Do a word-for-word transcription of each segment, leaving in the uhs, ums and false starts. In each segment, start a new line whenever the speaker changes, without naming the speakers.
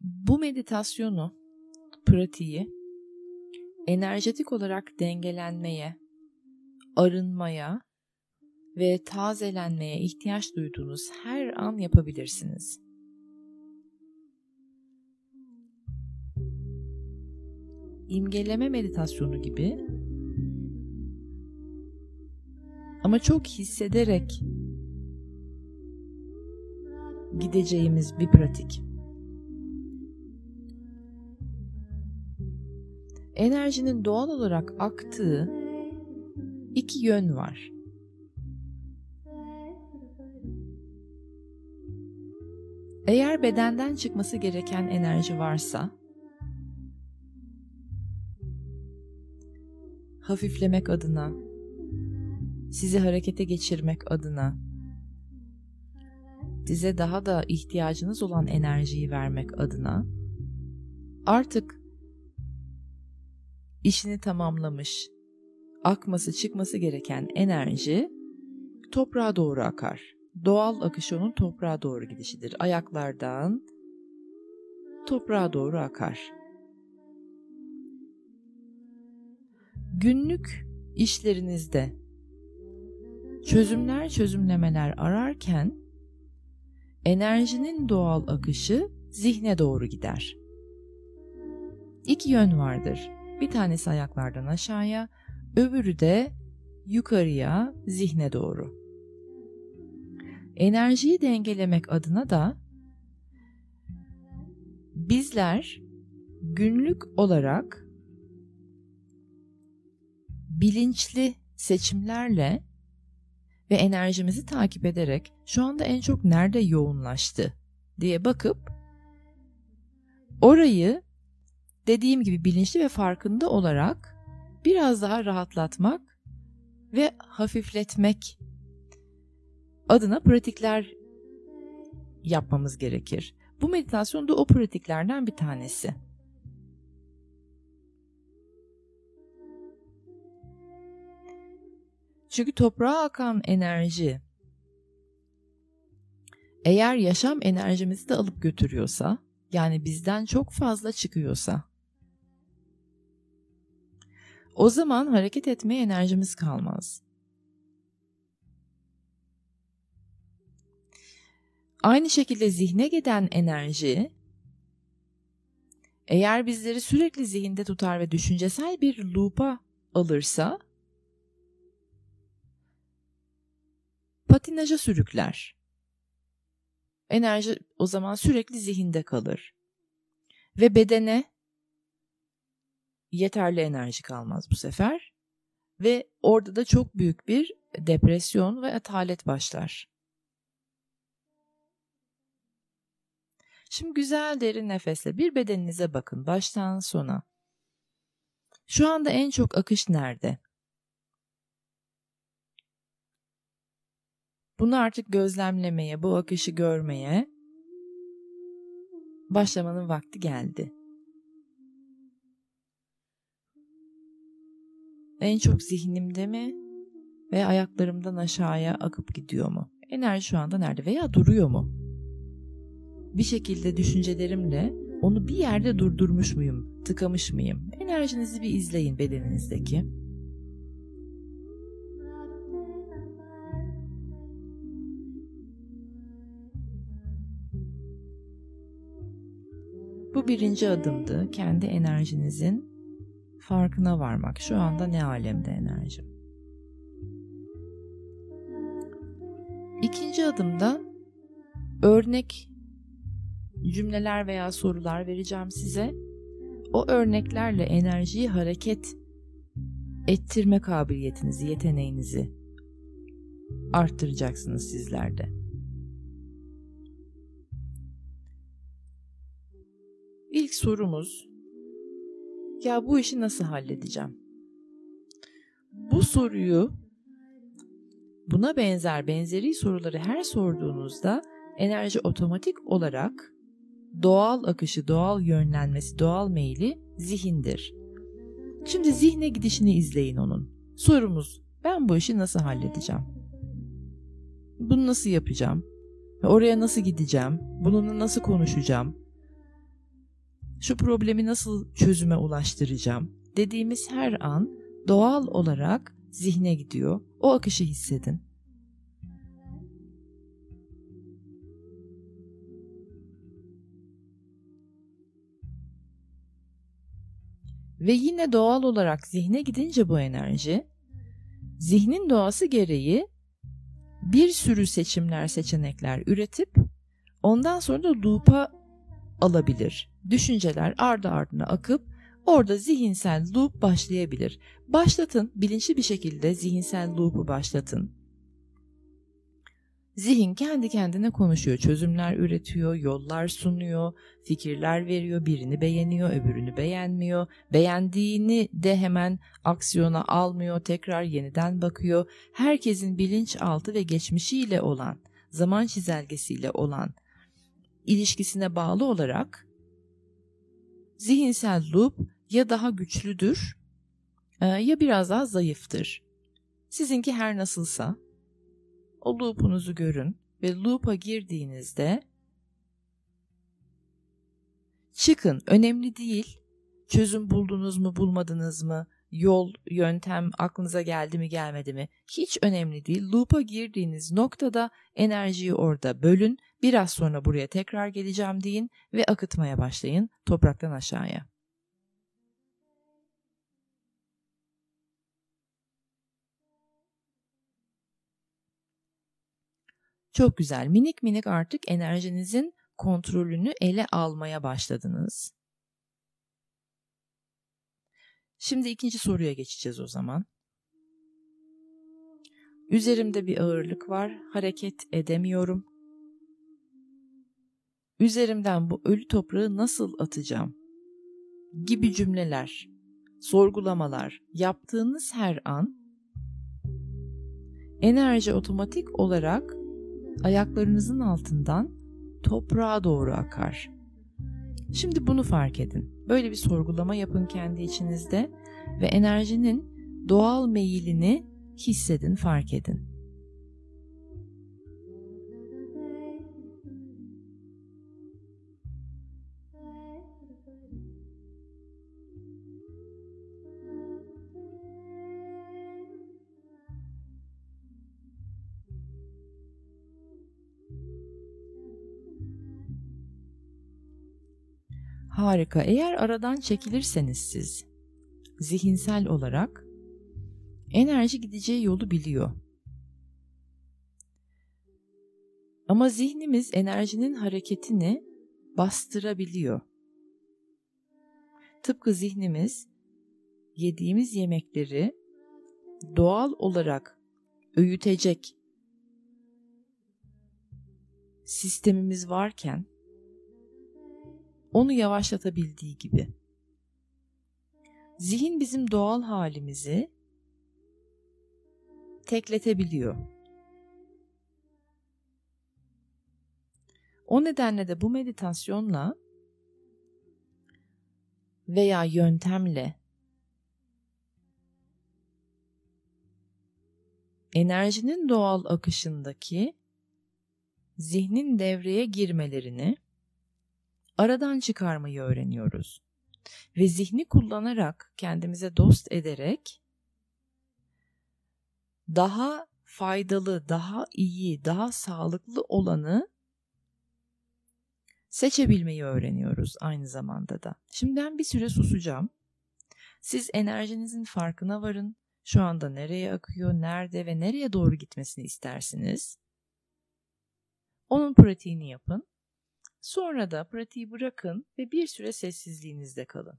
Bu meditasyonu, pratiği enerjetik olarak dengelenmeye, arınmaya ve tazelenmeye ihtiyaç duyduğunuz her an yapabilirsiniz. İmgeleme meditasyonu gibi ama çok hissederek gideceğimiz bir pratik. Enerjinin doğal olarak aktığı iki yön var. Eğer bedenden çıkması gereken enerji varsa, hafiflemek adına, sizi harekete geçirmek adına, size daha da ihtiyacınız olan enerjiyi vermek adına, artık işini tamamlamış, akması çıkması gereken enerji toprağa doğru akar. Doğal akışı onun toprağa doğru gidişidir. Ayaklardan toprağa doğru akar. Günlük işlerinizde çözümler, çözümlemeler ararken enerjinin doğal akışı zihne doğru gider. İki yön vardır. Bir tanesi ayaklardan aşağıya, öbürü de yukarıya, zihne doğru. Enerjiyi dengelemek adına da bizler günlük olarak bilinçli seçimlerle ve enerjimizi takip ederek şu anda en çok nerede yoğunlaştı diye bakıp orayı dediğim gibi bilinçli ve farkında olarak biraz daha rahatlatmak ve hafifletmek adına pratikler yapmamız gerekir. Bu meditasyon da o pratiklerden bir tanesi. Çünkü toprağa akan enerji eğer yaşam enerjimizi de alıp götürüyorsa, yani bizden çok fazla çıkıyorsa, o zaman hareket etmeye enerjimiz kalmaz. Aynı şekilde zihne giden enerji, eğer bizleri sürekli zihinde tutar ve düşüncesel bir loop'a alırsa, patinaja sürükler. Enerji o zaman sürekli zihinde kalır. Ve bedene yeterli enerji kalmaz bu sefer. Ve orada da çok büyük bir depresyon ve atalet başlar. Şimdi güzel derin nefesle bir bedeninize bakın baştan sona. Şu anda en çok akış nerede? Bunu artık gözlemlemeye, bu akışı görmeye başlamanın vakti geldi. En çok zihnimde mi veya ayaklarımdan aşağıya akıp gidiyor mu? Enerji şu anda nerede veya duruyor mu? Bir şekilde düşüncelerimle onu bir yerde durdurmuş muyum, tıkamış mıyım? Enerjinizi bir izleyin bedeninizdeki. Bu birinci adımdı. Kendi enerjinizin farkına varmak. Şu anda ne alemde enerjim? İkinci adımda örnek cümleler veya sorular vereceğim size. O örneklerle enerjiyi hareket ettirme kabiliyetinizi, yeteneğinizi arttıracaksınız sizler de. İlk sorumuz, ya bu işi nasıl halledeceğim? Bu soruyu, buna benzer benzeri soruları her sorduğunuzda enerji otomatik olarak doğal akışı, doğal yönlenmesi, doğal meyli zihindir. Şimdi zihne gidişini izleyin onun. Sorumuz, ben bu işi nasıl halledeceğim? Bunu nasıl yapacağım? Oraya nasıl gideceğim? Bununla nasıl konuşacağım? şu problemi nasıl çözüme ulaştıracağım dediğimiz her an doğal olarak zihne gidiyor. O akışı hissedin. Ve yine doğal olarak zihne gidince bu enerji, zihnin doğası gereği bir sürü seçimler, seçenekler üretip ondan sonra da loop'a alabilir. Düşünceler ardı ardına akıp orada zihinsel loop başlayabilir. Başlatın, bilinçli bir şekilde zihinsel loop'u başlatın. Zihin kendi kendine konuşuyor, çözümler üretiyor, yollar sunuyor, fikirler veriyor, birini beğeniyor, öbürünü beğenmiyor. Beğendiğini de hemen aksiyona almıyor, tekrar yeniden bakıyor. Herkesin bilinçaltı ve geçmişiyle olan, zaman çizelgesiyle olan ilişkisine bağlı olarak zihinsel loop ya daha güçlüdür ya biraz daha zayıftır. Sizinki her nasılsa o loop'unuzu görün ve loop'a girdiğinizde çıkın. Önemli değil. Çözüm buldunuz mu, bulmadınız mı? Yol, yöntem aklınıza geldi mi, gelmedi mi? Hiç önemli değil. Loop'a girdiğiniz noktada enerjiyi orada bölün. Biraz sonra buraya tekrar geleceğim deyin ve akıtmaya başlayın topraktan aşağıya. Çok güzel. Minik minik artık enerjinizin kontrolünü ele almaya başladınız. Şimdi ikinci soruya geçeceğiz o zaman. Üzerimde bir ağırlık var, hareket edemiyorum. Üzerimden bu ölü toprağı nasıl atacağım? Gibi cümleler, sorgulamalar yaptığınız her an enerji otomatik olarak ayaklarınızın altından toprağa doğru akar. Şimdi bunu fark edin. Böyle bir sorgulama yapın kendi içinizde ve enerjinin doğal meyilini hissedin, fark edin. Harika. Eğer aradan çekilirseniz siz, zihinsel olarak enerji gideceği yolu biliyor. Ama zihnimiz enerjinin hareketini bastırabiliyor. Tıpkı zihnimiz yediğimiz yemekleri doğal olarak öğütecek sistemimiz varken onu yavaşlatabildiği gibi. Zihin bizim doğal halimizi tekletebiliyor. O nedenle de bu meditasyonla veya yöntemle enerjinin doğal akışındaki zihnin devreye girmelerini aradan çıkarmayı öğreniyoruz. Ve zihni kullanarak, kendimize dost ederek daha faydalı, daha iyi, daha sağlıklı olanı seçebilmeyi öğreniyoruz aynı zamanda da. Şimdiden bir süre susacağım. Siz enerjinizin farkına varın. Şu anda nereye akıyor, nerede ve nereye doğru gitmesini istersiniz? Onun pratiğini yapın. Sonra da pratiği bırakın ve bir süre sessizliğinizde kalın.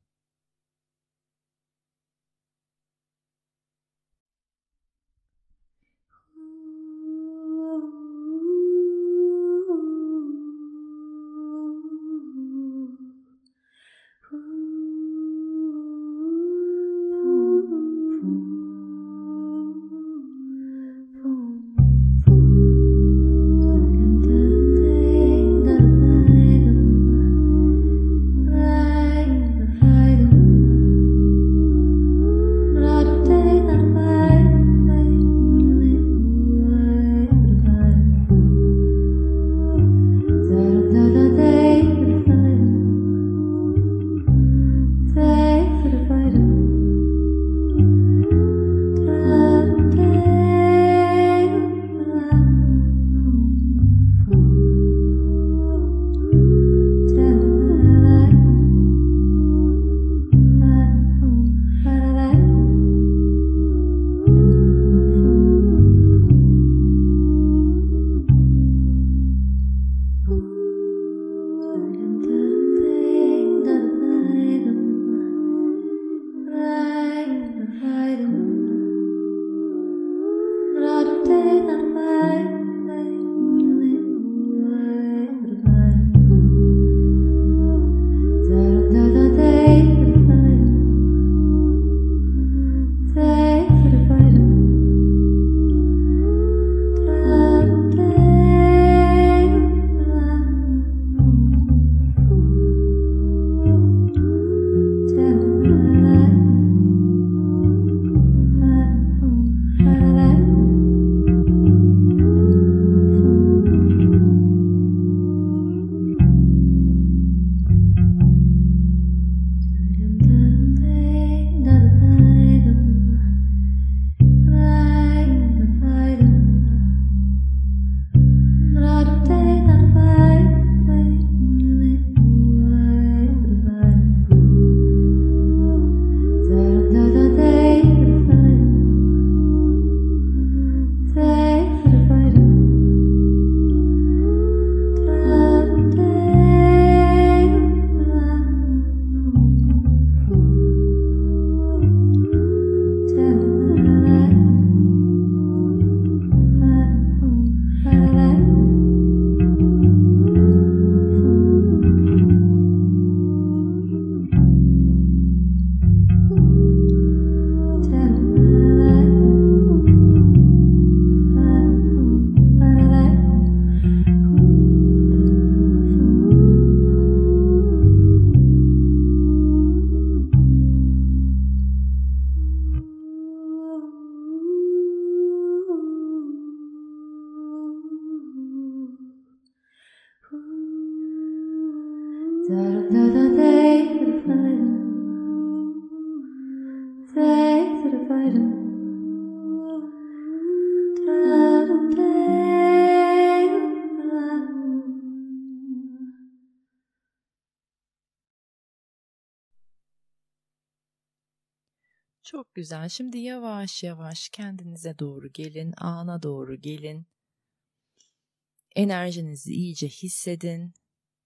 Çok güzel. Şimdi yavaş yavaş kendinize doğru gelin, ana doğru gelin. Enerjinizi iyice hissedin.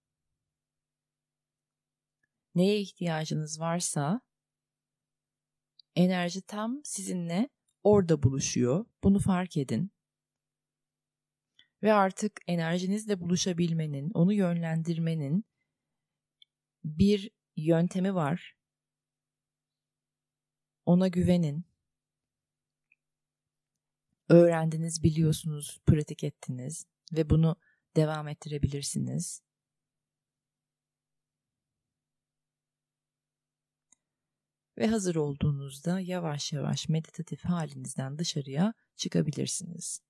Neye ihtiyacınız varsa enerji tam sizinle orada buluşuyor. Bunu fark edin. Ve artık enerjinizle buluşabilmenin, onu yönlendirmenin bir yöntemi var. Ona güvenin. Öğrendiniz, biliyorsunuz, pratik ettiniz ve bunu devam ettirebilirsiniz. Ve hazır olduğunuzda yavaş yavaş meditatif halinizden dışarıya çıkabilirsiniz.